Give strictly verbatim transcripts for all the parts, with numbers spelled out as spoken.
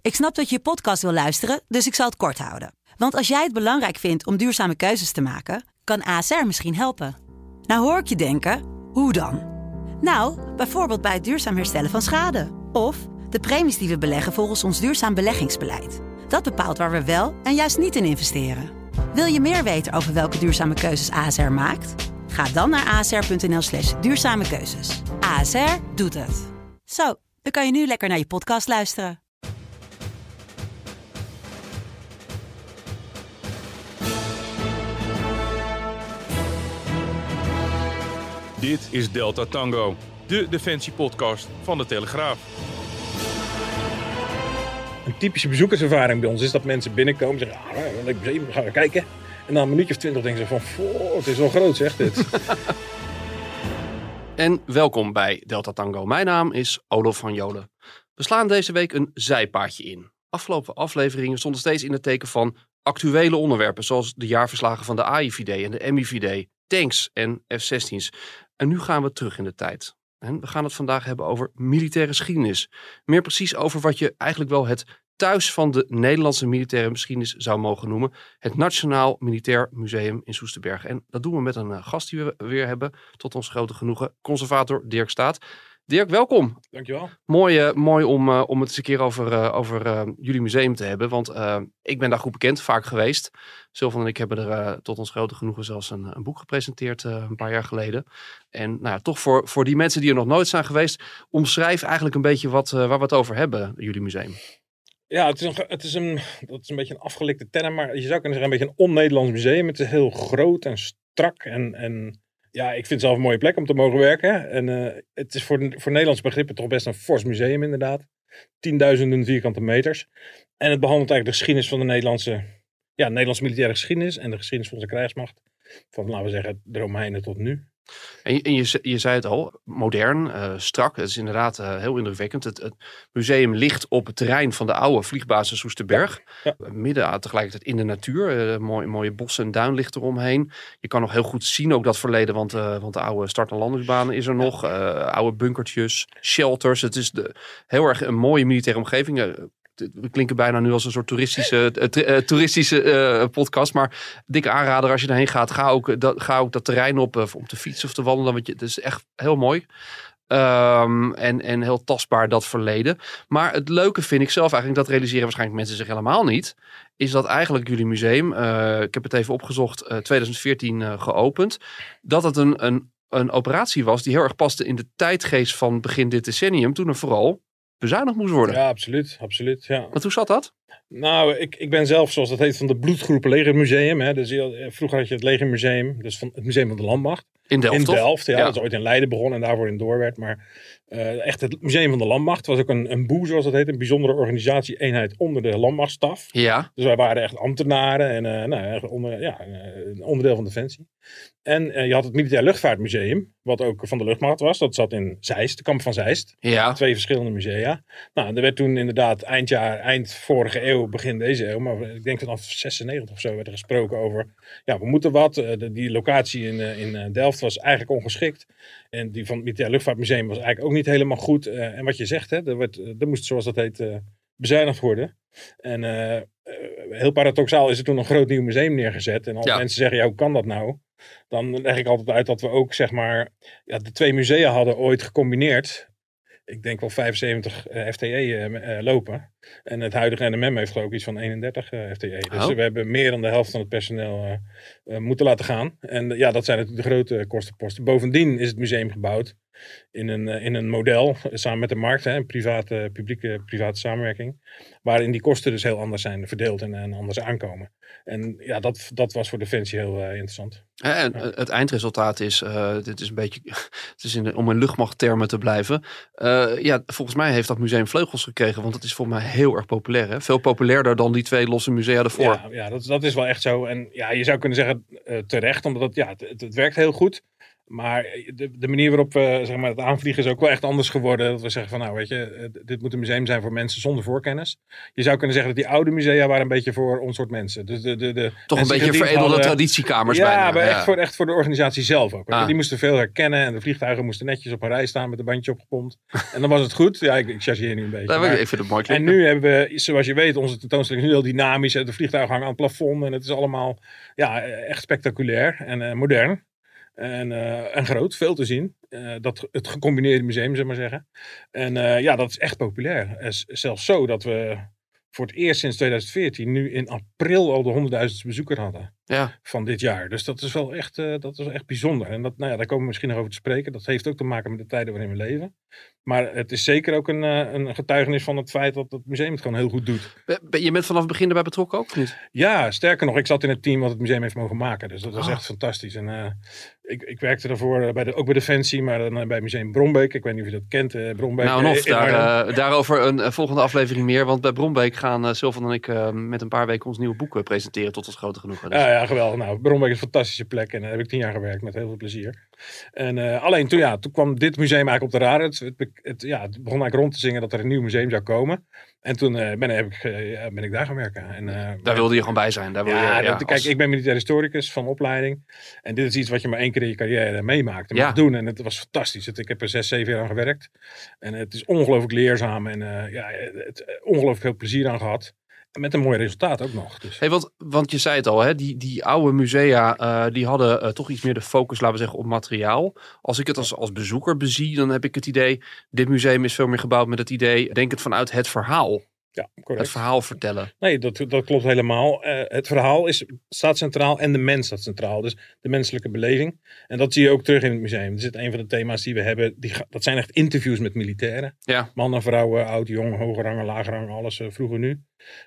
Ik snap dat je je podcast wil luisteren, dus ik zal het kort houden. Want als jij het belangrijk vindt om duurzame keuzes te maken, kan A S R misschien helpen. Nou hoor ik je denken, hoe dan? Nou, bijvoorbeeld bij het duurzaam herstellen van schade. Of de premies die we beleggen volgens ons duurzaam beleggingsbeleid. Dat bepaalt waar we wel en juist niet in investeren. Wil je meer weten over welke duurzame keuzes A S R maakt? Ga dan naar asr.nl slash duurzame keuzes. A S R doet het. Zo, dan kan je nu lekker naar je podcast luisteren. Dit is Delta Tango, de defensiepodcast van de Telegraaf. Een typische bezoekerservaring bij ons is dat mensen binnenkomen en zeggen, ah, een leuk museum, gaan we kijken. En na een minuutje of twintig denken ze van, oh, het is wel groot zeg dit. En welkom bij Delta Tango. Mijn naam is Olof van Jolen. We slaan deze week een zijpaadje in. Afgelopen afleveringen stonden steeds in het teken van actuele onderwerpen, zoals de jaarverslagen van de A I V D en de M I V D, tanks en F zestien's. En nu gaan we terug in de tijd. En we gaan het vandaag hebben over militaire geschiedenis. Meer precies over wat je eigenlijk wel het thuis van de Nederlandse militaire geschiedenis zou mogen noemen. Het Nationaal Militair Museum in Soesterberg. En dat doen we met een uh, gast die we weer hebben, tot ons grote genoegen, conservator Dirk Staat. Dirk, welkom. Dankjewel. Mooi, uh, mooi om, uh, om het eens een keer over, uh, over uh, jullie museum te hebben. Want uh, ik ben daar goed bekend, vaak geweest. Sylvan en ik hebben er uh, tot ons grote genoegen zelfs een, een boek gepresenteerd uh, een paar jaar geleden. En nou ja, toch voor, voor die mensen die er nog nooit zijn geweest, omschrijf eigenlijk een beetje wat, uh, waar we het over hebben, jullie museum. Ja, het is, een, het is een, dat is een beetje een afgelikte term, maar je zou kunnen zeggen een beetje een on-Nederlands museum. Het is heel groot en strak en... en ja, ik vind het zelf een mooie plek om te mogen werken. En uh, het is voor, voor Nederlandse begrippen toch best een fors museum inderdaad. Tienduizenden vierkante meters. En het behandelt eigenlijk de geschiedenis van de Nederlandse, ja, Nederlandse militaire geschiedenis. En de geschiedenis van onze krijgsmacht. Van, laten we zeggen, de Romeinen tot nu. En je, en je, je zei het al, modern, uh, strak. Het is inderdaad uh, heel indrukwekkend. Het, het museum ligt op het terrein van de oude vliegbasis Soesterberg. Ja. Ja. Midden uh, tegelijkertijd in de natuur. Uh, mooi, mooie bossen en duin ligt eromheen. Je kan nog heel goed zien ook dat verleden. Want, uh, want de oude start- en landingsbanen is er nog. Uh, oude bunkertjes, shelters. Het is de, heel erg een mooie militaire omgeving. Uh, We klinken bijna nu als een soort toeristische, uh, toeristische uh, podcast. Maar dikke aanrader als je erheen gaat. Ga ook, dat, ga ook dat terrein op uh, om te fietsen of te wandelen. Want je, het is echt heel mooi. Um, en, en heel tastbaar dat verleden. Maar het leuke vind ik zelf eigenlijk, dat realiseren waarschijnlijk mensen zich helemaal niet. Is dat eigenlijk jullie museum, uh, ik heb het even opgezocht, uh, twintig veertien uh, geopend. Dat het een, een, een operatie was die heel erg paste in de tijdgeest van begin dit decennium. Toen er vooral bezuinigd moest worden. Ja, absoluut. absoluut ja. Want hoe zat dat? Nou, ik, ik ben zelf, zoals dat heet, van de bloedgroep Legermuseum. Hè. Dus, vroeger had je het Legermuseum, dus van het Museum van de Landmacht. In Delft, In toch? Delft, ja, ja. Dat is ooit in Leiden begonnen en daarvoor in Doorwerth. Maar uh, echt het Museum van de Landmacht was ook een, een B O E, zoals dat heet. Een bijzondere organisatie-eenheid onder de landmachtstaf. Ja. Dus wij waren echt ambtenaren en uh, nou, echt onder, ja, een onderdeel van Defensie. En uh, je had het Militair Luchtvaartmuseum, wat ook van de luchtmacht was. Dat zat in Zeist, de kamp van Zeist. Ja. Twee verschillende musea. Nou, er werd toen inderdaad eind jaar, eind vorige eeuw, begin deze eeuw, maar ik denk vanaf zesennegentig of zo werd er gesproken over, ja, we moeten wat. Uh, de, die locatie in, uh, in Delft was eigenlijk ongeschikt. En die van het Militair Luchtvaartmuseum was eigenlijk ook niet helemaal goed. Uh, en wat je zegt, hè, er, werd, er moest, zoals dat heet, uh, bezuinigd worden. En uh, uh, heel paradoxaal is er toen een groot nieuw museum neergezet. En als ja. mensen zeggen, ja, hoe kan dat nou? Dan leg ik altijd uit dat we ook, zeg maar, ja, de twee musea hadden ooit gecombineerd. Ik denk wel vijfenzeventig uh, F T E uh, uh, lopen. En het huidige N M M heeft geloof ik iets van eenendertig uh, F T E. Dus oh. we hebben meer dan de helft van het personeel uh, uh, moeten laten gaan. En uh, ja, dat zijn natuurlijk de grote kostenposten. Bovendien is het museum gebouwd in een, uh, in een model, samen met de markt, hè, een private, publieke private samenwerking. Waarin die kosten dus heel anders zijn verdeeld en, en anders aankomen. En ja, dat, dat was voor Defensie heel uh, interessant. En ja. Het eindresultaat is, uh, dit is een beetje, het is in de, om in luchtmachttermen te blijven. Uh, ja, volgens mij heeft dat museum vleugels gekregen, want het is volgens mij heel erg populair. Hè? Veel populairder dan die twee losse musea ervoor. Ja, ja dat, dat is wel echt zo. En ja, je zou kunnen zeggen uh, terecht, omdat het, ja, het, het werkt heel goed. Maar de, de manier waarop we zeg maar, het aanvliegen is ook wel echt anders geworden. Dat we zeggen van nou weet je, dit moet een museum zijn voor mensen zonder voorkennis. Je zou kunnen zeggen dat die oude musea waren een beetje voor ons soort mensen. Dus de, de, de Toch een beetje veredelde hadden, traditiekamers ja, bijna. maar Ja, echt voor, echt voor de organisatie zelf ook. Ah. Die moesten veel herkennen en de vliegtuigen moesten netjes op een rij staan met een bandje opgepompt. En dan was het goed. Ja, ik, ik chargeer nu een beetje. Ja, maar, ik vind het mooi klinken. En nu hebben we, zoals je weet, onze tentoonstelling is nu heel dynamisch. De vliegtuigen hangen aan het plafond en het is allemaal ja, echt spectaculair en uh, modern. En, uh, en groot, veel te zien. Uh, dat, het gecombineerde museum, zeg maar zeggen. En uh, ja, dat is echt populair. Uh, zelfs zo dat we voor het eerst sinds twintig veertien nu in april al de honderdduizendste bezoeker hadden. Ja. Van dit jaar. Dus dat is wel echt, uh, dat is echt bijzonder. En dat, nou ja, daar komen we misschien nog over te spreken. Dat heeft ook te maken met de tijden waarin we leven. Maar het is zeker ook een, uh, een getuigenis van het feit dat het museum het gewoon heel goed doet. Je bent vanaf het begin erbij betrokken ook? Niet? Ja, sterker nog, ik zat in het team wat het museum heeft mogen maken. Dus dat was oh. echt fantastisch. En uh, ik, ik werkte daarvoor bij de, ook bij Defensie, maar dan bij Museum Brombeek. Ik weet niet of je dat kent, uh, Brombeek. Nou, nog, daar, uh, daarover een uh, volgende aflevering meer. Want bij Brombeek gaan uh, Sylvan en ik uh, met een paar weken ons nieuwe boek uh, presenteren tot ons grote genoegen. Dus. Ja, ja, geweldig. Nou, Brombeek is een fantastische plek en daar heb ik tien jaar gewerkt met heel veel plezier. En uh, alleen toen, ja, toen kwam dit museum eigenlijk op de radar. Het, het, het, ja, het begon eigenlijk rond te zingen dat er een nieuw museum zou komen. En toen uh, ben, heb ik, uh, ben ik daar gaan werken. En, uh, daar wilde je gewoon bij zijn. Daar wil ja, je, ja, dat, als... kijk, ik ben militair historicus van opleiding. En dit is iets wat je maar één keer in je carrière meemaakt en ja. mag doen. En het was fantastisch. Het, ik heb er zes, zeven jaar aan gewerkt. En het is ongelooflijk leerzaam. En uh, ja, het, het, ongelooflijk veel plezier aan gehad. En met een mooi resultaat ook nog. Dus. Hey, want, want je zei het al, hè, die, die oude musea uh, die hadden uh, toch iets meer de focus, laten we zeggen, op materiaal. Als ik het als, als bezoeker bezie, dan heb ik het idee, dit museum is veel meer gebouwd met het idee, denk het vanuit het verhaal. Ja, correct. Het verhaal vertellen. Nee, dat, dat klopt helemaal. Uh, het verhaal is, staat centraal en de mens staat centraal. Dus de menselijke beleving. En dat zie je ook terug in het museum. Dat is een van de thema's die we hebben. Die, dat zijn echt interviews met militairen. Ja. Mannen, vrouwen, oud, jong, hoge rangen, lage rangen, alles uh, vroeger nu.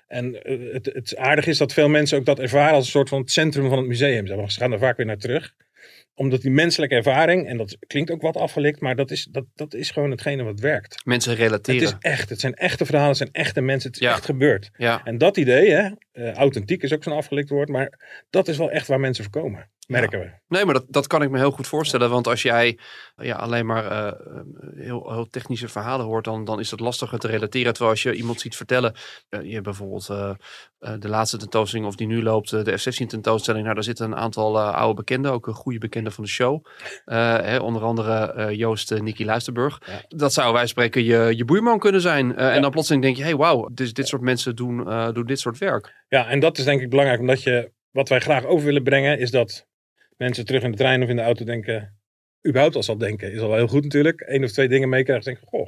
En uh, het, het aardige is dat veel mensen ook dat ervaren als een soort van het centrum van het museum. Ze gaan er vaak weer naar terug. Omdat die menselijke ervaring, en dat klinkt ook wat afgelikt, maar dat is, dat, dat is gewoon hetgene wat werkt. Mensen relateren. Het is echt, het zijn echte verhalen, het zijn echte mensen, het is ja. echt gebeurd. Ja. En dat idee, hè, uh, authentiek is ook zo'n afgelikt woord, maar dat is wel echt waar mensen voor komen. Merken ja. we. Nee, maar dat, dat kan ik me heel goed voorstellen. Want als jij ja, alleen maar uh, heel, heel technische verhalen hoort, dan, dan is dat lastiger te relateren. Terwijl als je iemand ziet vertellen, uh, je hebt bijvoorbeeld uh, uh, de laatste tentoonstelling of die nu loopt, uh, de F zestien tentoonstelling. Nou, daar zitten een aantal uh, oude bekenden, ook een goede bekenden van de show. Uh, hè, onder andere uh, Joost uh, Nicky Luisterburg. Ja. Dat zou wij spreken je, je boeierman kunnen zijn. Uh, ja. En dan plotseling denk je, hey, wauw, dus dit soort mensen doen, uh, doen dit soort werk. Ja, en dat is denk ik belangrijk, omdat je, wat wij graag over willen brengen, is dat mensen terug in de trein of in de auto denken, überhaupt als dat denken, is al wel heel goed natuurlijk. Eén of twee dingen meekrijgen, denken, goh.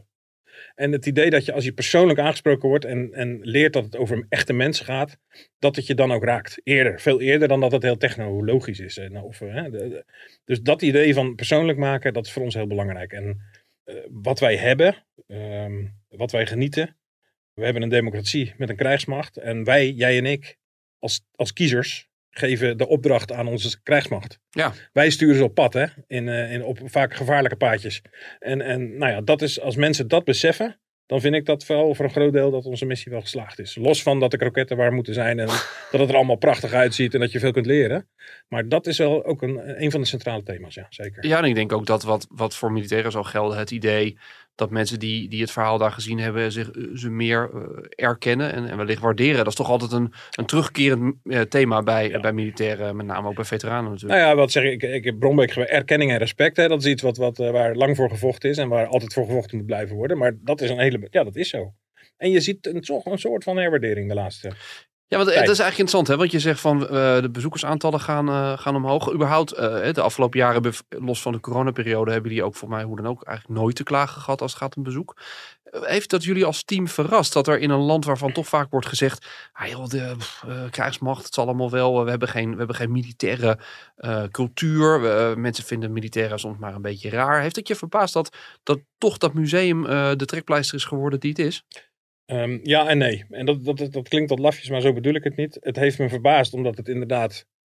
En het idee dat je als je persoonlijk aangesproken wordt en, en leert dat het over echte mensen gaat, dat het je dan ook raakt. Eerder, veel eerder dan dat het heel technologisch is. En of, hè, de, de, dus dat idee van persoonlijk maken, dat is voor ons heel belangrijk. En uh, wat wij hebben, um, wat wij genieten, we hebben een democratie met een krijgsmacht. En wij, jij en ik, als, als kiezers, geven de opdracht aan onze krijgsmacht. Ja. Wij sturen ze op pad, hè? In, uh, in, op vaak gevaarlijke paadjes. En, en nou ja, dat is, als mensen dat beseffen, dan vind ik dat wel voor een groot deel dat onze missie wel geslaagd is. Los van dat de kroketten waar moeten zijn en dat het er allemaal prachtig uitziet en dat je veel kunt leren. Maar dat is wel ook een, een van de centrale thema's, ja, zeker. Ja, en ik denk ook dat wat, wat voor militairen zal gelden, het idee dat mensen die, die het verhaal daar gezien hebben zich ze meer uh, erkennen en, en wellicht waarderen. Dat is toch altijd een, een terugkerend uh, thema bij, ja. bij militairen, met name ook bij veteranen natuurlijk. Nou ja, wat zeg ik, ik heb Brombeek gewerkt, erkenning en respect. Hè, dat is iets wat, wat, uh, waar lang voor gevochten is en waar altijd voor gevochten moet blijven worden. Maar dat is een hele, ja, dat is zo. En je ziet een, een soort van herwaardering de laatste. Ja, want het is eigenlijk interessant, hè? Want je zegt van uh, de bezoekersaantallen gaan, uh, gaan omhoog. Überhaupt, uh, de afgelopen jaren, los van de coronaperiode, hebben jullie ook voor mij hoe dan ook eigenlijk nooit te klagen gehad als het gaat om bezoek. Heeft dat jullie als team verrast dat er in een land waarvan toch vaak wordt gezegd, ah joh, de uh, krijgsmacht, het zal allemaal wel, we hebben geen, we hebben geen militaire uh, cultuur. We, uh, mensen vinden militairen soms maar een beetje raar. Heeft het je verbaasd dat, dat toch dat museum uh, de trekpleister is geworden die het is? Um, ja en nee. En dat, dat, dat klinkt wat lafjes, maar zo bedoel ik het niet. Het heeft me verbaasd, omdat het inderdaad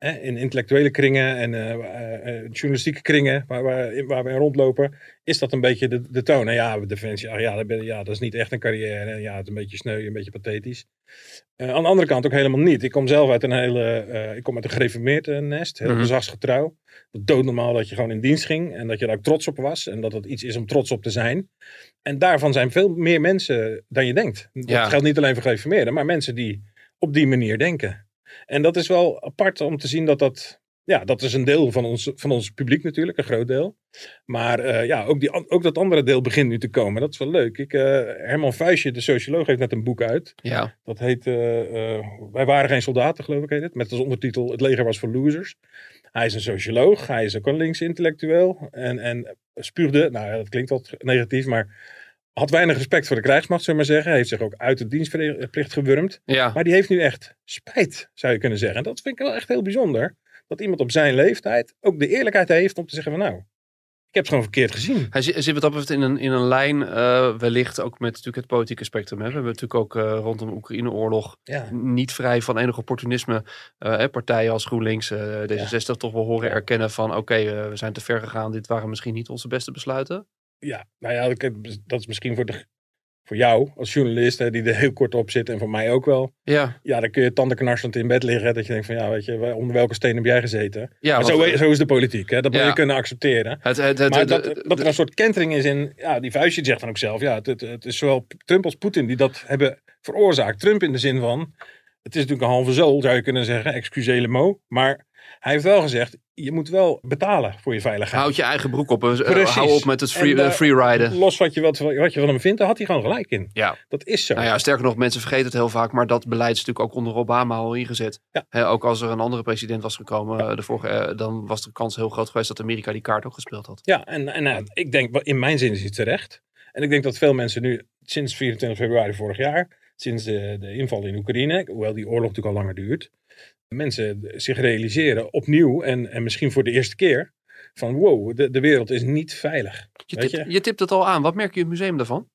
hè, in intellectuele kringen en uh, uh, journalistieke kringen waar, waar, waar we in rondlopen, is dat een beetje de, de toon. En ja, Defensie, ach, ja, dat, ben, ja, dat is niet echt een carrière. Ja, het is een beetje sneu, een beetje pathetisch. Uh, aan de andere kant ook helemaal niet. Ik kom zelf uit een hele, uh, ik kom uit een gereformeerd uh, nest, heel Mm-hmm. gezagsgetrouw. Dat doodnormaal dat je gewoon in dienst ging en dat je daar ook trots op was en dat het iets is om trots op te zijn. En daarvan zijn veel meer mensen dan je denkt. Dat Ja. geldt niet alleen voor gereformeerden, maar mensen die op die manier denken. En dat is wel apart om te zien dat dat, ja, dat is een deel van ons, van ons publiek natuurlijk, een groot deel. Maar uh, ja, ook, die, ook dat andere deel begint nu te komen. Dat is wel leuk. Ik, uh, Herman Vuijsje, de socioloog, heeft net een boek uit. Ja. Dat heet, uh, uh, Wij waren geen soldaten, geloof ik heet het. Met als ondertitel, Het leger was voor losers. Hij is een socioloog, hij is ook een links-intellectueel. En, en spuugde, nou ja, dat klinkt wat negatief, maar had weinig respect voor de krijgsmacht, zullen we maar zeggen. Hij heeft zich ook uit de dienstplicht gewurmd. Ja. Maar die heeft nu echt spijt, zou je kunnen zeggen. En dat vind ik wel echt heel bijzonder. Dat iemand op zijn leeftijd ook de eerlijkheid heeft om te zeggen van nou, ik heb het gewoon verkeerd gezien. Hij zit, zit wat dat betreft in een, in een lijn, uh, wellicht ook met natuurlijk het politieke spectrum. Hè. We hebben natuurlijk ook uh, rondom de Oekraïne-oorlog Ja. niet vrij van enig opportunisme. Uh, partijen als GroenLinks, uh, D zesenzestig ja. toch wel horen erkennen van oké, okay, uh, we zijn te ver gegaan. Dit waren misschien niet onze beste besluiten. Ja, nou ja, dat is misschien voor, de, voor jou als journalist, hè, die er heel kort op zit en voor mij ook wel. Ja, ja dan kun je tandenknarselend in bed liggen. Dat je denkt van ja, weet je, onder welke steen heb jij gezeten? Ja, maar want, zo, zo is de politiek, hè? Dat moet ja. je kunnen accepteren. Het, het, het, maar het, dat, het, dat er een soort kentering is in, ja, die Vuijsje zegt dan ook zelf, ja, het, het, het is zowel Trump als Poetin die dat hebben veroorzaakt. Trump in de zin van, het is natuurlijk een halve zool, zou je kunnen zeggen, excusez le mot, maar hij heeft wel gezegd, je moet wel betalen voor je veiligheid. Houd je eigen broek op. Uh, hou op met het free, uh, uh, freeriden. Los wat je, wat, wat je van hem vindt, daar had hij gewoon gelijk in. Ja. Dat is zo. Nou ja, sterker nog, mensen vergeten het heel vaak, maar dat beleid is natuurlijk ook onder Obama al ingezet. Ja. He, ook als er een andere president was gekomen, ja. de vorige, uh, dan was de kans heel groot geweest dat Amerika die kaart ook gespeeld had. Ja, en, en uh, ik denk, in mijn zin is het terecht. En ik denk dat veel mensen nu, sinds vierentwintig februari vorig jaar, sinds de, de inval in Oekraïne, hoewel die oorlog natuurlijk al langer duurt, mensen zich realiseren opnieuw en, en misschien voor de eerste keer van wow, de, de wereld is niet veilig. Je, weet tip, je? je tipt het al aan. Wat merk je in het museum daarvan?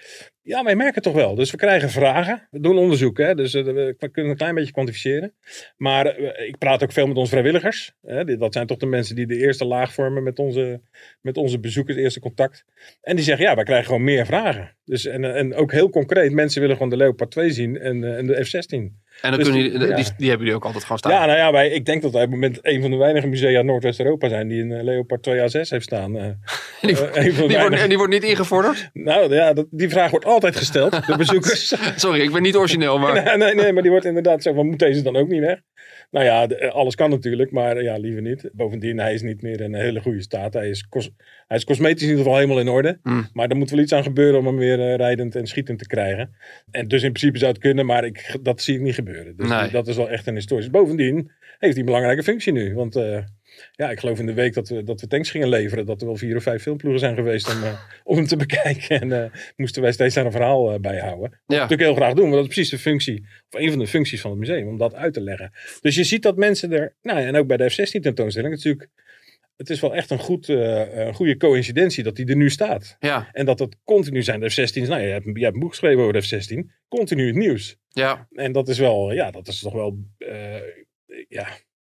Ja, wij merken het toch wel. Dus we krijgen vragen. We doen onderzoek, hè? Dus uh, we kunnen een klein beetje kwantificeren. Maar uh, ik praat ook veel met onze vrijwilligers. Hè? Dat zijn toch de mensen die de eerste laag vormen met onze, met onze bezoekers, het eerste contact. En die zeggen, ja, wij krijgen gewoon meer vragen. Dus, en, en ook heel concreet, mensen willen gewoon de Leopard twee zien en, uh, en de F zestien. En dan dus kunnen die, jullie, ja. die, die hebben jullie ook altijd gewoon staan. Ja, nou ja, wij, ik denk dat wij op het moment een van de weinige musea in Noordwest-Europa zijn die een uh, Leopard twee A zes heeft staan. Uh, die, uh, die, wordt, en die wordt niet ingevorderd? Nou ja, dat, die vraag wordt altijd gesteld door bezoekers. Sorry, ik ben niet origineel, maar... nee, nee, nee, maar die wordt inderdaad zo van, moet deze dan ook niet weg? Nou ja, de, alles kan natuurlijk, maar ja, liever niet. Bovendien, hij is niet meer in een hele goede staat. Hij is, cos, hij is cosmetisch in ieder geval helemaal in orde. Mm. Maar er moet wel iets aan gebeuren om hem weer uh, rijdend en schietend te krijgen. En dus in principe zou het kunnen, maar ik, dat zie ik niet gebeuren. Dus nee. die, dat is wel echt een historisch. Bovendien heeft hij een belangrijke functie nu. Want uh, ja, ik geloof in de week dat we, dat we tanks gingen leveren, dat er wel vier of vijf filmploegen zijn geweest om, uh, om hem te bekijken. En uh, moesten wij steeds daar een verhaal uh, bij houden. Wat ja. we natuurlijk heel graag doen, want dat is precies de functie, of een van de functies van het museum, om dat uit te leggen. Dus je ziet dat mensen er, nou en ook bij de F zestien tentoonstelling, natuurlijk, het is wel echt een, goed, uh, een goede coïncidentie dat die er nu staat. Ja. En dat het continu zijn, de F zestien, nou je hebt, je hebt een boek geschreven over de F zestien, continu het nieuws. Ja. En dat is wel, ja, dat is toch wel, uh, ja...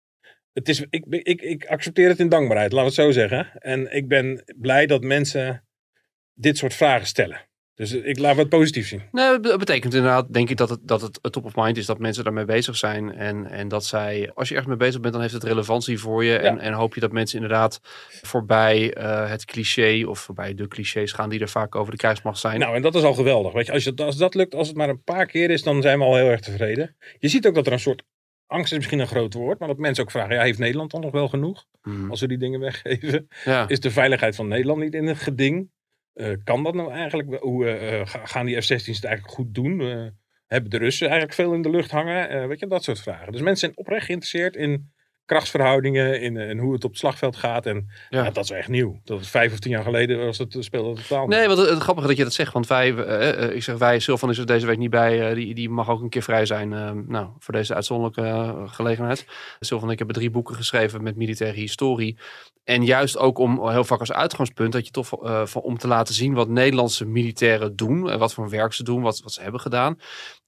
Het is, ik, ik, ik accepteer het in dankbaarheid, laten we het zo zeggen. En ik ben blij dat mensen dit soort vragen stellen. Dus ik laat het positief zien. Nee, dat betekent inderdaad, denk ik, dat het, dat het top of mind is. Dat mensen daarmee bezig zijn. En, en dat zij, als je ergens mee bezig bent, dan heeft het relevantie voor je. Ja. En, en hoop je dat mensen inderdaad voorbij uh, het cliché of voorbij de clichés gaan die er vaak over de krijgsmacht zijn. Nou, en dat is al geweldig. Weet je, als, je, als dat lukt, als het maar een paar keer is, dan zijn we al heel erg tevreden. Je ziet ook dat er een soort... Angst is misschien een groot woord, maar dat mensen ook vragen, ja, heeft Nederland dan nog wel genoeg? Hmm. Als we die dingen weggeven. Ja. Is de veiligheid van Nederland niet in het geding? Uh, kan dat nou eigenlijk? Hoe uh, gaan die F zestien's het eigenlijk goed doen? Uh, hebben de Russen eigenlijk veel in de lucht hangen? Uh, weet je, dat soort vragen. Dus mensen zijn oprecht geïnteresseerd in krachtsverhoudingen, in, in hoe het op het slagveld gaat. En ja. Ja, dat is echt nieuw. Dat is vijf of tien jaar geleden was het speelde totaal niet. Nee, wat het grappige dat je dat zegt. Want wij, uh, ik zeg wij, Sylvan is er deze week niet bij. Uh, die, die mag ook een keer vrij zijn. Uh, nou, voor deze uitzonderlijke uh, gelegenheid. Sylvan en ik hebben drie boeken geschreven met militaire historie. En juist ook om heel vaak als uitgangspunt dat je toch uh, van, om te laten zien wat Nederlandse militairen doen. Uh, wat voor werk ze doen, wat, wat ze hebben gedaan.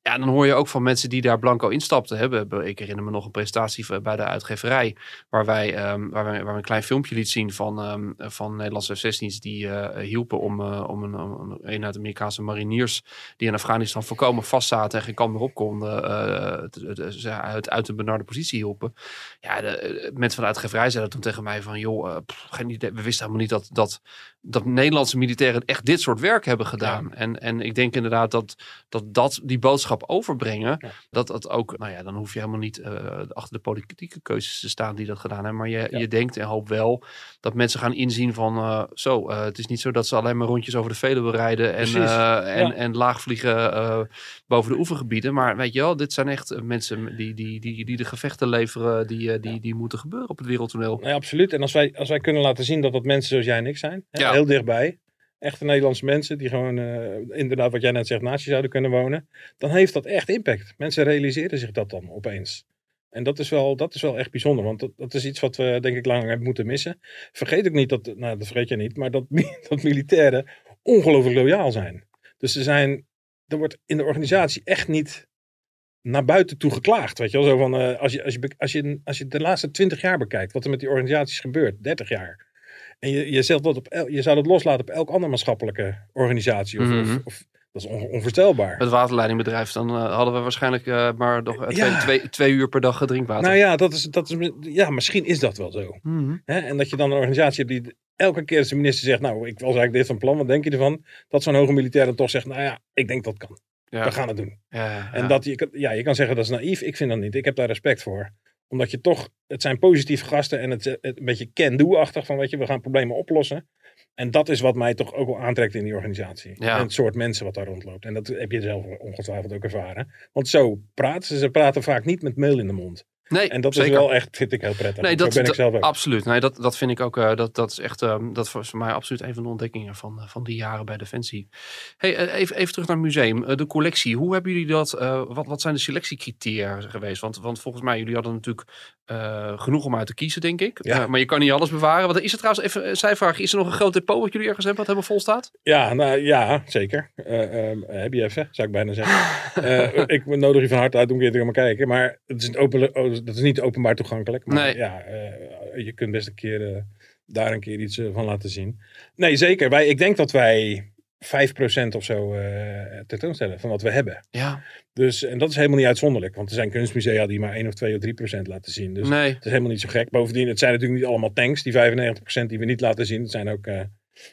Ja, dan hoor je ook van mensen die daar blanco instapten. Hè. Ik herinner me nog een presentatie bij de uitgeverij. Waar wij, um, waar wij, waar we een klein filmpje liet zien van, um, van Nederlandse F zestien's die uh, hielpen om, uh, om een, een eenheid Amerikaanse mariniers die in Afghanistan volkomen vastzaten en geen kant meer op konden, uh, het, het uit een benarde positie hielpen. Ja, de, de mensen van de uitgeverij zeiden toen tegen mij van, joh, uh, pff, geen idee, we wisten helemaal niet dat, dat, dat Nederlandse militairen echt dit soort werk hebben gedaan. Ja. En, en ik denk inderdaad dat, dat, dat die boodschap overbrengen, ja. dat dat ook, nou ja, dan hoef je helemaal niet uh, achter de politieke keuzes te staan die dat gedaan hebben, maar je, ja. je denkt en hoopt wel dat mensen gaan inzien van, uh, zo, uh, het is niet zo dat ze alleen maar rondjes over de Veluwe rijden en, uh, ja. en, en laag vliegen uh, boven de oevergebieden, maar weet je wel, dit zijn echt mensen die, die, die, die de gevechten leveren, die, die, die moeten gebeuren op het wereldtoneel. Nee, absoluut. En als wij, als wij kunnen laten zien dat dat mensen zoals jij en ik zijn, hè, ja. heel dichtbij, echte Nederlandse mensen die gewoon uh, inderdaad wat jij net zegt naast je zouden kunnen wonen, dan heeft dat echt impact. Mensen realiseren zich dat dan opeens. En dat is wel, dat is wel echt bijzonder, want dat, dat is iets wat we denk ik lang hebben moeten missen. Vergeet ook niet, dat, nou dat vergeet je niet, maar dat, dat militairen ongelooflijk loyaal zijn. Dus er zijn, er wordt in de organisatie echt niet naar buiten toe geklaagd. Weet je wel, zo van, uh, als, je, als, je, als, je, als je de laatste twintig jaar bekijkt, wat er met die organisaties gebeurt, dertig jaar. En je, je, zegt dat op el, je zou dat loslaten op elk andere maatschappelijke organisatie. Of, mm-hmm. of, of, dat is on, onvoorstelbaar. Het waterleidingbedrijf, dan uh, hadden we waarschijnlijk uh, maar nog uh, twee, ja. twee, twee uur per dag drinkwater. Nou ja, dat is, dat is, ja, misschien is dat wel zo. Mm-hmm. Hè? En dat je dan een organisatie hebt die elke keer als de minister zegt, nou, ik was eigenlijk dit van plan, wat denk je ervan? Dat zo'n hoge militair dan toch zegt, nou ja, ik denk dat kan. Ja. We gaan het doen. Ja, ja. En dat je, ja, je kan zeggen dat is naïef, ik vind dat niet. Ik heb daar respect voor. Omdat je toch, het zijn positieve gasten en het, het een beetje can-do-achtig van, weet je, we gaan problemen oplossen. En dat is wat mij toch ook wel aantrekt in die organisatie. Ja. En het soort mensen wat daar rondloopt. En dat heb je zelf ongetwijfeld ook ervaren. Want zo praten ze, ze praten vaak niet met meel in de mond. Nee, en dat zeker. is wel echt, vind ik heel prettig. Nee, dat, zo ben ik zelf ook. Absoluut. Nee, dat, dat vind ik ook, uh, dat, dat is echt, uh, dat was voor mij absoluut een van de ontdekkingen van, uh, van die jaren bij Defensie. Hey, uh, even, even terug naar het museum. Uh, de collectie, hoe hebben jullie dat, uh, wat, wat zijn de selectiecriteria geweest? Want, want volgens mij, jullie hadden natuurlijk uh, genoeg om uit te kiezen, denk ik. Ja. Uh, maar je kan niet alles bewaren. Want is er trouwens, even een zijvraag, is er nog een groot depot wat jullie ergens hebben, wat helemaal vol staat? Ja, nou, ja zeker. Uh, um, heb je even, zou ik bijna zeggen. uh, ik nodig je van harte uit om een keer te gaan kijken. Maar het is, een open, oh, dat is niet openbaar toegankelijk. Maar nee. ja, uh, je kunt best een keer uh, daar een keer iets uh, van laten zien. Nee, zeker. Wij, ik denk dat wij vijf procent of zo uh, tentoonstellen van wat we hebben. Ja. Dus, en dat is helemaal niet uitzonderlijk. Want er zijn kunstmusea die maar één of twee of drie procent laten zien. Dus nee. het is helemaal niet zo gek. Bovendien, het zijn natuurlijk niet allemaal tanks. Die vijfennegentig procent die we niet laten zien. Het zijn ook uh,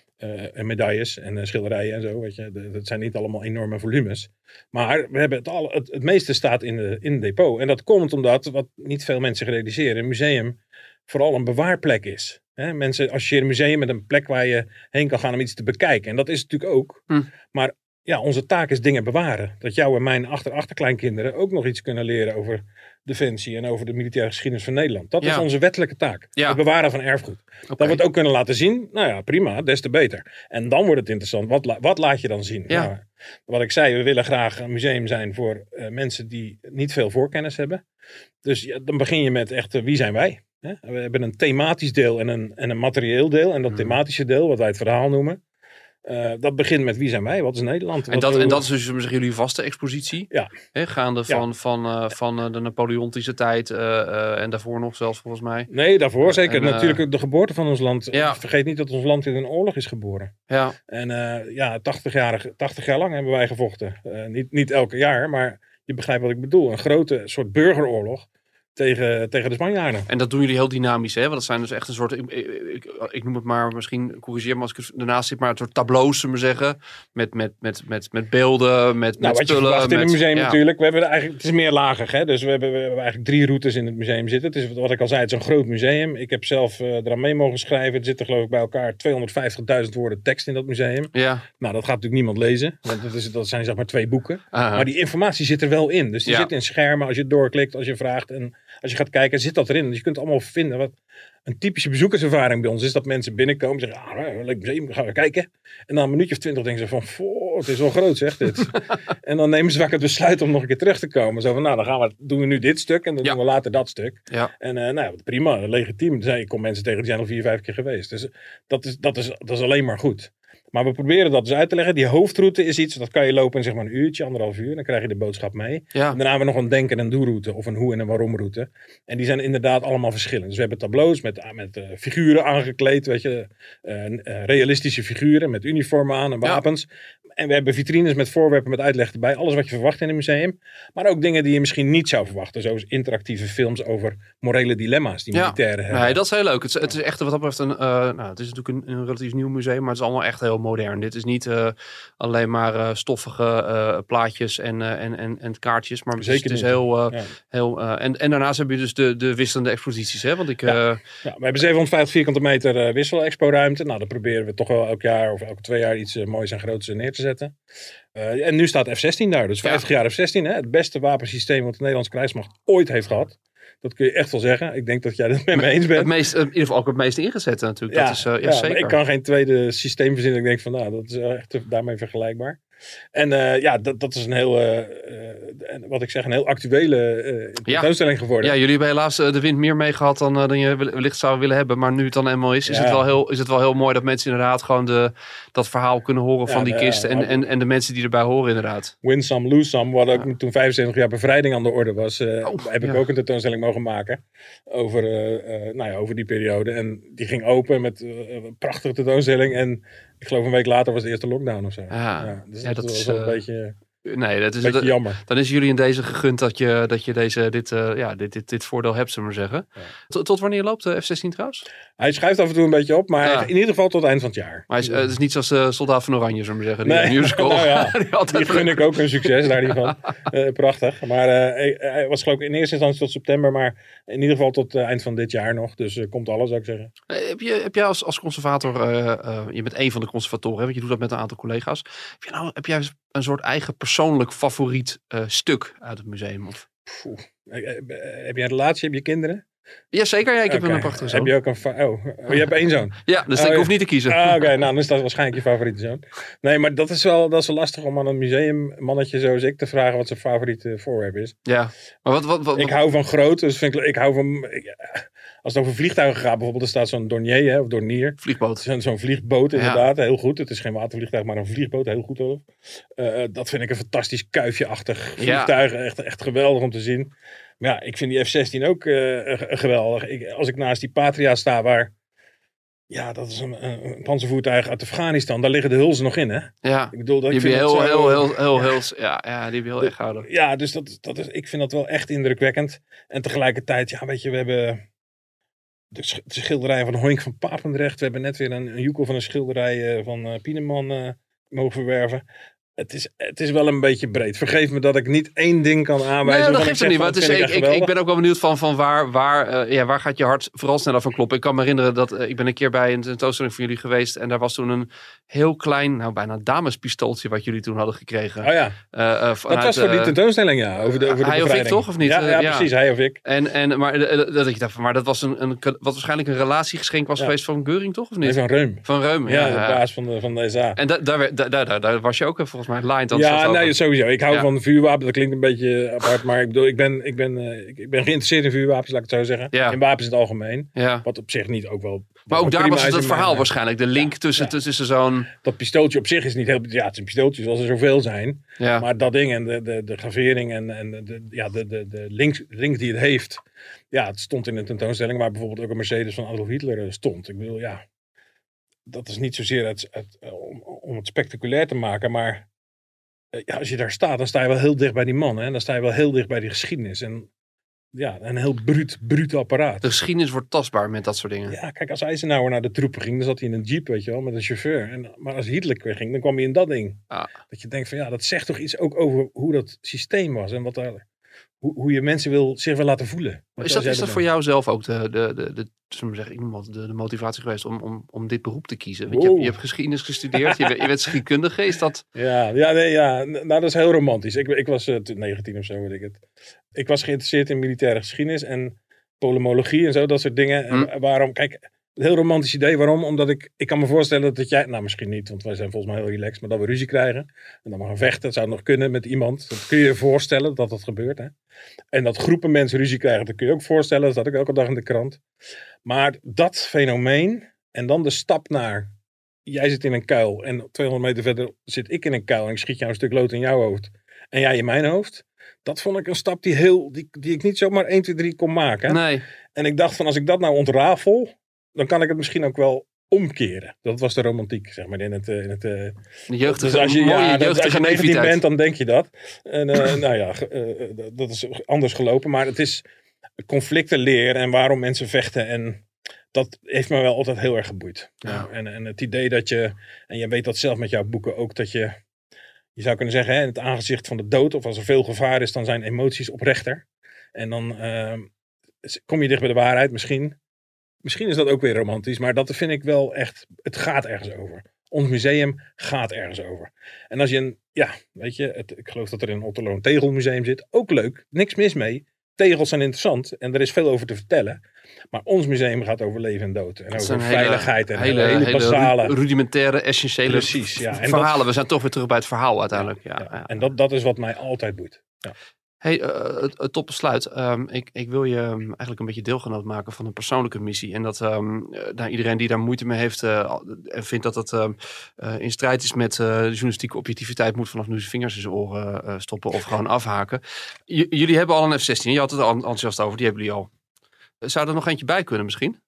uh, medailles en uh, schilderijen en zo. Weet je. Dat zijn niet allemaal enorme volumes. Maar we hebben het, al, het, het meeste staat in de, in de depot. En dat komt omdat, wat niet veel mensen realiseren, een museum vooral een bewaarplek is. He, mensen associëren een museum met een plek waar je heen kan gaan om iets te bekijken. En dat is het natuurlijk ook. Hm. Maar ja, onze taak is dingen bewaren. Dat jou en mijn achter-achterkleinkinderen ook nog iets kunnen leren over Defensie en over de militaire geschiedenis van Nederland. Dat ja. is onze wettelijke taak. Ja. Het bewaren van erfgoed. Okay. Dat we het ook kunnen laten zien. Nou ja, prima. Des te beter. En dan wordt het interessant. Wat, wat laat je dan zien? Ja. Nou, wat ik zei, we willen graag een museum zijn voor uh, mensen die niet veel voorkennis hebben. Dus ja, dan begin je met echt, uh, wie zijn wij? Ja, we hebben een thematisch deel en een, en een materieel deel. En dat hmm. thematische deel, wat wij het verhaal noemen. Uh, dat begint met wie zijn wij? Wat is Nederland? En dat, we, en dat is dus zeggen, jullie vaste expositie? Ja. He, gaande van, ja. van, uh, van uh, de Napoleontische tijd uh, uh, en daarvoor nog zelfs volgens mij. Nee, daarvoor zeker. En, uh, Natuurlijk de geboorte van ons land. Ja. Vergeet niet dat ons land in een oorlog is geboren. Ja. En uh, ja, tachtig jaar, tachtig jaar lang hebben wij gevochten. Uh, niet, niet elke jaar, maar je begrijpt wat ik bedoel. Een grote soort burgeroorlog. Tegen, tegen de Spanjaarden. En dat doen jullie heel dynamisch, hè? Want dat zijn dus echt een soort, ik, ik, ik noem het maar, misschien corrigeer me als ik ernaast zit, maar een soort tableaus, zullen we zeggen. Met, met, met, met, met beelden, met, nou, met wat spullen. Je verwacht met, in het museum ja. natuurlijk. We hebben er eigenlijk, het is meerlagig, hè? Dus we hebben, we hebben eigenlijk drie routes in het museum zitten. Het is wat ik al zei, het is een groot museum. Ik heb zelf uh, eraan mee mogen schrijven. Er zitten geloof ik bij elkaar tweehonderdvijftigduizend woorden tekst in dat museum. Ja. Nou, dat gaat natuurlijk niemand lezen. Want dat, is, dat zijn zeg maar twee boeken. Aha. Maar die informatie zit er wel in. Dus die ja. zit in schermen als je doorklikt, als je vraagt en als je gaat kijken, zit dat erin. Dus je kunt allemaal vinden. Wat een typische bezoekerservaring bij ons is dat mensen binnenkomen en zeggen, ah, leuk museum, gaan we kijken. En dan een minuutje of twintig denken ze van, oh, het is wel groot zeg dit. En dan nemen ze vaak het besluit om nog een keer terug te komen. Zo van, nou, dan gaan we, doen we nu dit stuk en dan ja. doen we later dat stuk. Ja. En uh, nou, prima, legitiem. Ik kom mensen tegen, die zijn al vier, vijf keer geweest. Dus dat is, dat is, dat is alleen maar goed. Maar we proberen dat dus uit te leggen. Die hoofdroute is iets, dat kan je lopen in zeg maar een uurtje, anderhalf uur. Dan krijg je de boodschap mee. Ja. En daarna hebben we nog een denk- en een doe-route. Of een hoe- en een waarom-route. En die zijn inderdaad allemaal verschillend. Dus we hebben tableaus met, met uh, figuren aangekleed. Weet je, uh, uh, realistische figuren met uniformen aan en wapens. Ja. En we hebben vitrines met voorwerpen met uitleg erbij. Alles wat je verwacht in een museum. Maar ook dingen die je misschien niet zou verwachten. Zoals interactieve films over morele dilemma's die ja. militairen hebben. Nee, dat is heel leuk. Het is, het is echt wat dat betreft een... Uh, nou, het is natuurlijk een, een relatief nieuw museum. Maar het is allemaal echt heel modern. Dit is niet uh, alleen maar uh, stoffige uh, plaatjes en, uh, en, en, en kaartjes. Maar Zeker het is niet. heel... Uh, ja. heel uh, en, en daarnaast heb je dus de, de wisselende exposities. Hè? Want ik... Uh, ja. Ja, we hebben zevenhonderdvijftig vierkante meter uh, wissel-expo-ruimte. Nou, daar proberen we toch wel elk jaar of elke twee jaar iets uh, moois en groots neer te zetten. Uh, en nu staat F zestien daar. Dus vijftig ja. jaar F zestien. Hè? Het beste wapensysteem wat de Nederlandse krijgsmacht ooit heeft gehad. Dat kun je echt wel zeggen. Ik denk dat jij het met me eens bent. Het meest, in ieder geval ook het meest ingezet natuurlijk. Ja, dat is, uh, ja, ja, zeker. Ik kan geen tweede systeem verzinnen. Ik denk van nou, dat is echt daarmee vergelijkbaar. En uh, ja, dat, dat is een heel, uh, uh, wat ik zeg, een heel actuele uh, tentoonstelling ja. geworden. Ja, jullie hebben helaas uh, de wind meer mee gehad dan, uh, dan je wellicht zou willen hebben. Maar nu het dan eenmaal is, is, ja. het, wel heel, is het wel heel mooi dat mensen inderdaad gewoon de, dat verhaal kunnen horen ja, van die ja, kist. En, en, en de mensen die erbij horen inderdaad. Win some, lose some. Wat ook ja. toen vijfenzeventig jaar bevrijding aan de orde was, uh, oh, heb ik ja. ook een tentoonstelling mogen maken. Over, uh, uh, nou ja, over die periode. En die ging open met uh, een prachtige tentoonstelling. En ik geloof een week later was de eerste lockdown of zo. Ja, ja, dus ja, dat, dat was is wel uh, een beetje... Nee, dat is beetje dat, jammer. Dan is jullie in deze gegund dat je, dat je deze, dit, uh, ja, dit, dit, dit voordeel hebt, zullen we maar zeggen. Ja. Tot, tot wanneer loopt de F zestien trouwens? Hij schuift af en toe een beetje op, maar ja. in ieder geval tot eind van het jaar. Maar hij is, uh, het is niet zoals uh, Soldaat van Oranje, zullen we maar zeggen. Die nee, musical. Nou ja, die, die gun ik ook een succes daar niet van. Uh, prachtig. Maar uh, hij, hij was geloof ik in eerste instantie tot september, maar in ieder geval tot uh, eind van dit jaar nog. Dus uh, komt alles, zou ik zeggen. Uh, heb, je, heb jij als, als conservator, uh, uh, je bent één van de conservatoren, hè, want je doet dat met een aantal collega's. Heb, je nou, heb jij een soort eigen persoonlijk favoriet uh, stuk uit het museum? Of? Poeh. Heb je een relatie? Heb je kinderen? Jazeker, ja, ik heb okay. een prachtige zoon. Heb je ook een... Va- oh. oh, je hebt één zoon? Ja, dus oh, ik hoef niet te kiezen. Ah, Oké, okay. Nou, dan is dat waarschijnlijk je favoriete zoon. Nee, maar dat is wel, dat is wel lastig om aan een museummannetje zoals ik te vragen wat zijn favoriete voorwerp is. Ja, maar wat... wat, wat ik hou van groot, dus vind ik, ik hou van... Ik, als het over vliegtuigen gaat bijvoorbeeld, er staat zo'n Dornier, hè, of Dornier. Vliegboot. Zo'n, zo'n vliegboot, inderdaad, ja. heel goed. Het is geen watervliegtuig, maar een vliegboot, heel goed. Uh, dat vind ik een fantastisch kuifje-achtig vliegtuig. Ja. Echt, echt geweldig om te zien. Maar ja, ik vind die F zestien ook uh, geweldig. Ik, als ik naast die Patria sta, waar... Ja, dat is een, een panzervoertuig uit Afghanistan. Daar liggen de hulzen nog in, hè? Ja, ik bedoel, dat, die ik heb je heel, zo, heel, heel, heel, ja. heel... Ja, ja, die heb je heel erg gehouden. Ja, dus dat, dat is, ik vind dat wel echt indrukwekkend. En tegelijkertijd, ja, weet je, we hebben... De, sch- de schilderij van Hoink van Papendrecht. We hebben net weer een, een joekel van een schilderij uh, van uh, Pieneman uh, mogen verwerven. Het is, het is wel een beetje breed. Vergeef me dat ik niet één ding kan aanwijzen. Nee, dat geeft het niet. Maar het is, ik, ik, ik ben ook wel benieuwd van, van waar, waar, uh, ja, waar gaat je hart vooral sneller van kloppen. Ik kan me herinneren dat uh, ik ben een keer bij een tentoonstelling van jullie geweest. En daar was toen een heel klein, nou bijna damespistooltje wat jullie toen hadden gekregen. Oh ja, uh, uh, vanuit, dat was voor die tentoonstelling, ja. Over de, over de hij of ik toch, of niet? Ja, ja, ja. precies, hij of ik. En, en, maar, uh, dat, ik dacht, maar dat was een, een, wat waarschijnlijk een relatiegeschenk was ja. geweest van Geuring, toch? Of niet? Nee, van Reum. Van Reum, ja. Ja, de baas van de, van de S A. En da, daar, daar, daar, daar was je ook volgens mij line. Ja, nee, sowieso. Ik hou ja. van vuurwapens. Dat klinkt een beetje apart, maar ik bedoel, ik ben, ik ben, uh, ik, ik ben geïnteresseerd in vuurwapens, laat ik het zo zeggen. Ja. In wapens in het algemeen. Ja. Wat op zich niet ook wel... Maar ook daar was het het verhaal mijn, waarschijnlijk. De link ja, tussen, ja. tussen zo'n... Dat pistooltje op zich is niet heel... Ja, het is een pistooltje zoals er zoveel zijn. Ja. Maar dat ding en de, de, de gravering en, en de, ja, de, de, de link, link die het heeft. Ja, het stond in een tentoonstelling waar bijvoorbeeld ook een Mercedes van Adolf Hitler stond. Ik bedoel, ja... Dat is niet zozeer het, het, om, om het spectaculair te maken, maar... Ja, als je daar staat, dan sta je wel heel dicht bij die man. Hè? Dan sta je wel heel dicht bij die geschiedenis. En ja, een heel bruut, bruut apparaat. De geschiedenis wordt tastbaar met dat soort dingen. Ja, kijk, als Eisenhower naar de troepen ging, dan zat hij in een jeep, weet je wel, met een chauffeur. En, maar als Hitler weer ging, dan kwam hij in dat ding. Ah. Dat je denkt van ja, dat zegt toch iets ook over hoe dat systeem was. En wat daar, hoe, hoe je mensen wil, zich wil laten voelen. Is dat, is dat voor jou zelf ook de, de, de, de, zullen we zeggen, ik noem wat, de, de motivatie geweest om, om, om dit beroep te kiezen? Want je, hebt, je hebt geschiedenis gestudeerd, je, bent, je bent geschiedkundige, is dat... Ja, ja, nee, ja, nou dat is heel romantisch. Ik, ik was uh, negentien of zo, weet ik het. Ik was geïnteresseerd in militaire geschiedenis en polemologie en zo, dat soort dingen. Hm. En waarom, kijk, een heel romantisch idee. Waarom? Omdat ik, ik kan me voorstellen dat jij, nou misschien niet, want wij zijn volgens mij heel relaxed, maar dat we ruzie krijgen. En dan we gaan vechten, dat zou nog kunnen met iemand. Dat kun je je voorstellen dat dat gebeurt. Hè? En dat groepen mensen ruzie krijgen, dat kun je ook voorstellen. Dat staat ook elke dag in de krant. Maar dat fenomeen en dan de stap naar jij zit in een kuil en tweehonderd meter verder zit ik in een kuil en ik schiet jou een stuk lood in jouw hoofd en jij in mijn hoofd. Dat vond ik een stap die, heel, die, die ik niet zomaar één, twee, drie kon maken. Nee. En ik dacht van als ik dat nou ontrafel, dan kan ik het misschien ook wel omkeren. Dat was de romantiek, zeg maar, in het... In het de jeugdige, dus als je, mooie ja, dat, jeugdige als je negentien naïviteit. bent, dan denk je dat. En uh, nou ja, uh, dat is anders gelopen. Maar het is conflicten leren en waarom mensen vechten. En dat heeft me wel altijd heel erg geboeid. Ja. Ja, en, en het idee dat je, en je weet dat zelf met jouw boeken ook, dat je, je zou kunnen zeggen, hè, in het aangezicht van de dood, of als er veel gevaar is, dan zijn emoties oprechter. En dan uh, kom je dicht bij de waarheid misschien. Misschien is dat ook weer romantisch, maar dat vind ik wel echt, het gaat ergens over. Ons museum gaat ergens over. En als je een, ja, weet je, het, ik geloof dat er in een Otterlo een tegelmuseum zit. Ook leuk, niks mis mee. Tegels zijn interessant en er is veel over te vertellen. Maar ons museum gaat over leven en dood. En over veiligheid hele, en hele, hele, hele basale... Hele rudimentaire, essentiële Precies, ja. En verhalen. Dat, We zijn toch weer terug bij het verhaal uiteindelijk. Ja, ja, ja. En dat, dat is wat mij altijd boeit. Ja. Hey, uh, het tot besluit. Um, ik, ik wil je eigenlijk een beetje deelgenoot maken van een persoonlijke missie. En dat um, nou, iedereen die daar moeite mee heeft uh, en vindt dat het um, uh, in strijd is met uh, de journalistieke objectiviteit, moet vanaf nu zijn vingers in zijn oren uh, stoppen of gewoon afhaken. J- jullie hebben al een F zestien. Je had het al enthousiast over. Die hebben jullie al. Zou er nog eentje bij kunnen misschien?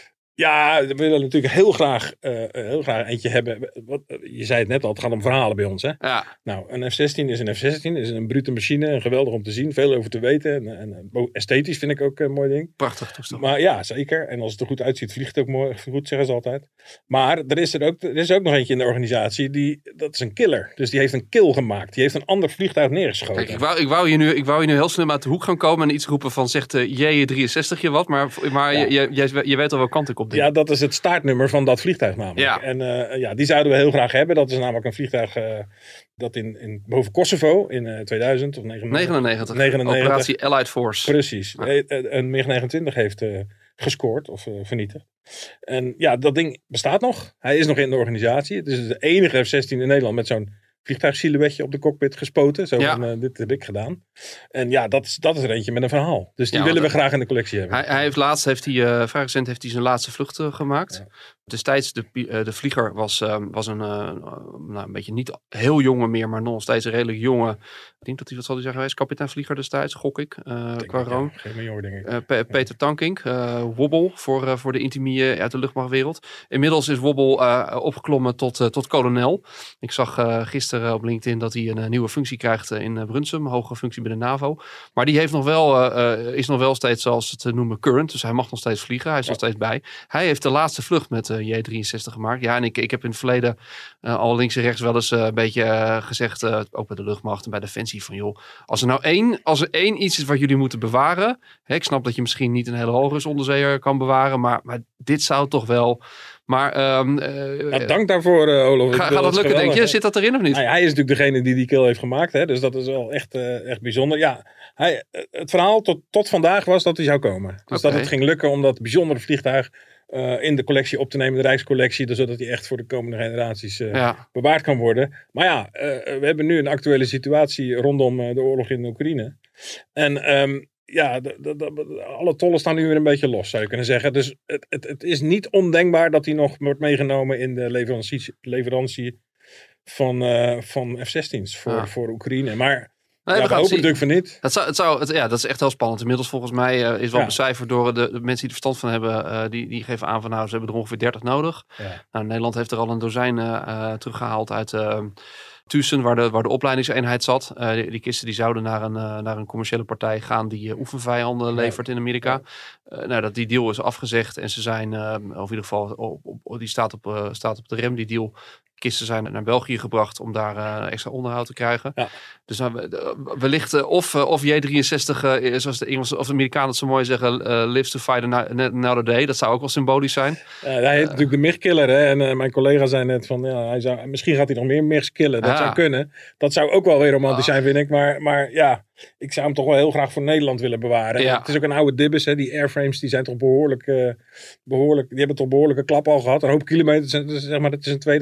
Ja, we willen natuurlijk heel graag, uh, heel graag eentje hebben. Wat, je zei het net al, het gaat om verhalen bij ons. Hè? Ja. Nou, een F zestien is een F zestien. Is een brute machine. En geweldig om te zien. Veel over te weten. En, en, en esthetisch vind ik ook een mooi ding. Prachtig toestel. Maar ja, zeker. En als het er goed uitziet, vliegt het ook mooi. Goed, zeggen ze altijd. Maar er is er ook, er is ook nog eentje in de organisatie. Die, dat is een killer. Dus die heeft een kill gemaakt. Die heeft een ander vliegtuig neergeschoten. Kijk, ik wou, ik wou, je nu, ik wou je nu heel slim uit de hoek gaan komen en iets roepen van zegt uh, J drieënzestig je wat. Maar, maar ja. je, je, je weet al welke kant ik op denk. Ja, dat is het startnummer van dat vliegtuig namelijk. Ja. En uh, ja, die zouden we heel graag hebben. Dat is namelijk een vliegtuig uh, dat in, in, boven Kosovo in uh, tweeduizend of negenennegentig, negenennegentig. negenennegentig. Operatie Allied Force. Precies. Ja. Een MiG negenentwintig heeft uh, gescoord of uh, vernietigd. En ja, dat ding bestaat nog. Hij is nog in de organisatie. Het is de enige F zestien in Nederland met zo'n vliegtuigsilhouetje op de cockpit gespoten. Zo ja. van, uh, dit heb ik gedaan. En ja, dat is, dat is er eentje met een verhaal. Dus die ja, willen we dat, graag in de collectie hebben. Hij, hij heeft laatst, heeft hij, uh, vrij recent, heeft hij zijn laatste vlucht uh, gemaakt. Ja. Destijds, de, uh, de vlieger was, uh, was een, uh, nou, een beetje niet heel jonge meer, maar nog steeds een redelijk jonge. Ik denk dat hij, wat zal hij zeggen, geweest? Kapitein vlieger destijds, gok ik. Uh, qua roon. Ja, geen major, denk ik. Uh, P- Peter Tankink, uh, Wobbel voor, uh, voor de intimie uit de luchtmachtwereld. Inmiddels is Wobbel uh, opgeklommen tot, uh, tot kolonel. Ik zag uh, gisteren op LinkedIn dat hij een uh, nieuwe functie krijgt uh, in uh, Brunsum, een hogere functie bij de NAVO. Maar die heeft nog wel, uh, uh, is nog wel steeds, zoals het uh, noemen, current. Dus hij mag nog steeds vliegen, hij is ja. nog steeds bij. Hij heeft de laatste vlucht met uh, J drieënzestig gemaakt. Ja, en ik, ik heb in het verleden uh, al links en rechts wel eens uh, een beetje uh, gezegd, uh, ook bij de luchtmacht en bij Defensie, van joh, als er nou één, als er één iets is wat jullie moeten bewaren, hè, ik snap dat je misschien niet een hele hoge onderzeeër kan bewaren, maar, maar dit zou toch wel... Maar, um, uh, ja, dank daarvoor, uh, Olof. Ga, gaat dat lukken, denk je? Zit dat erin of niet? Nou ja, hij is natuurlijk degene die die kill heeft gemaakt. Hè? Dus dat is wel echt, uh, echt bijzonder. Ja, hij, het verhaal tot, tot vandaag was dat hij zou komen. Dus okay. dat het ging lukken om dat bijzondere vliegtuig uh, in de collectie op te nemen. De Rijkscollectie. Zodat hij echt voor de komende generaties uh, ja. bewaard kan worden. Maar ja, uh, we hebben nu een actuele situatie rondom uh, de oorlog in de Oekraïne. En... Um, Ja, de, de, de, alle tollen staan nu weer een beetje los, zou je kunnen zeggen. Dus het, het, het is niet ondenkbaar dat hij nog wordt meegenomen in de leverantie, leverantie van, uh, van F zestien's voor, ja. voor Oekraïne. Maar nee, ja, we, we hopen natuurlijk van niet. Het zou, het zou, het, ja, dat is echt heel spannend. Inmiddels volgens mij uh, is wel ja. becijferd door de, de mensen die er verstand van hebben. Uh, die, die geven aan van nou, ze hebben er ongeveer dertig nodig. Ja. Nou, Nederland heeft er al een dozijn uh, uh, teruggehaald uit... Uh, Tussen, waar de, waar de opleidingseenheid zat. Uh, die, die kisten die zouden naar een, uh, naar een commerciële partij gaan die uh, oefenvijanden levert ja. in Amerika. Uh, nou, dat die deal is afgezegd en ze zijn, uh, of in ieder geval, op, op, die staat op, uh, staat op de rem, die deal. Kisten zijn naar België gebracht om daar uh, extra onderhoud te krijgen. Ja. Dus uh, wellicht uh, of, uh, of J drieënzestig, uh, zoals de Engelsen of de Amerikanen het zo mooi zeggen, uh, lives to fight another day. Dat zou ook wel symbolisch zijn. Uh, hij heet uh, natuurlijk de MIG-killer. Hè? En uh, mijn collega zei net van, ja, hij zou, misschien gaat hij nog meer MIGs killen. Dat ja. zou kunnen. Dat zou ook wel weer romantisch ah. zijn, vind ik. Maar, maar ja, ik zou hem toch wel heel graag voor Nederland willen bewaren. Ja. Het is ook een oude dibbes. Hè? Die airframes die zijn toch behoorlijk, uh, behoorlijk, die hebben toch behoorlijke klap al gehad. Een hoop kilometers. Zeg maar, het is een tweedehands auto met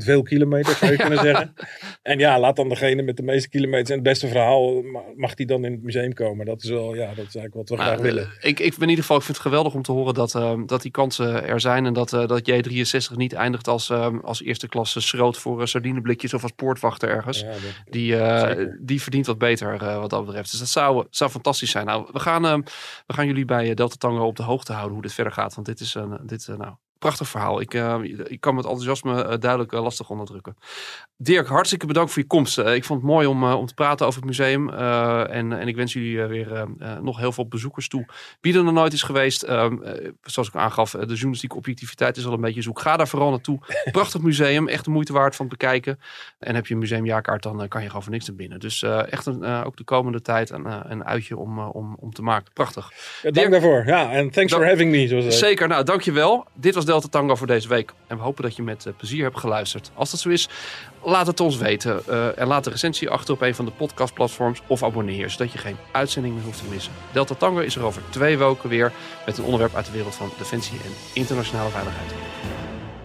verschoten veel kilometers, zou je kunnen zeggen. En ja, laat dan degene met de meeste kilometers en het beste verhaal, mag die dan in het museum komen. Dat is wel, ja, dat is eigenlijk wat we nou, graag willen. Ik, ik in ieder geval, ik vind het geweldig om te horen dat, uh, dat die kansen er zijn. En dat, uh, dat J drieënzestig niet eindigt als, uh, als eerste klasse schroot voor uh, sardineblikjes of als poortwachter ergens. Ja, dat, die, uh, die verdient wat beter uh, wat dat betreft. Dus dat zou, zou fantastisch zijn. Nou, we gaan, uh, we gaan jullie bij Delta Tango op de hoogte houden hoe dit verder gaat. Want dit is een, dit, uh, nou, prachtig verhaal. Ik, uh, ik kan met enthousiasme uh, duidelijk uh, lastig onderdrukken. Dirk, hartstikke bedankt voor je komst. Uh, ik vond het mooi om, uh, om te praten over het museum. Uh, en, en ik wens jullie uh, weer uh, uh, nog heel veel bezoekers toe. Wie er nog nooit is geweest. Uh, uh, zoals ik aangaf, uh, de journalistieke objectiviteit is al een beetje zoek. Ga daar vooral naartoe. Prachtig museum. Echt de moeite waard van het bekijken. En heb je een museumjaarkaart, dan uh, kan je gewoon voor niks naar binnen. Dus uh, echt een, uh, ook de komende tijd een, uh, een uitje om, uh, om, om te maken. Prachtig. Ja, dank Dirk, daarvoor. Ja, en thanks dank, for having me. Zoals zeker. Nou, dankjewel. Dit was Delta Tango voor deze week. En we hopen dat je met uh, plezier hebt geluisterd. Als dat zo is, laat het ons weten. Uh, en laat de recensie achter op een van de podcastplatforms of abonneer je, zodat je geen uitzending meer hoeft te missen. Delta Tango is er over twee weken weer met een onderwerp uit de wereld van defensie en internationale veiligheid.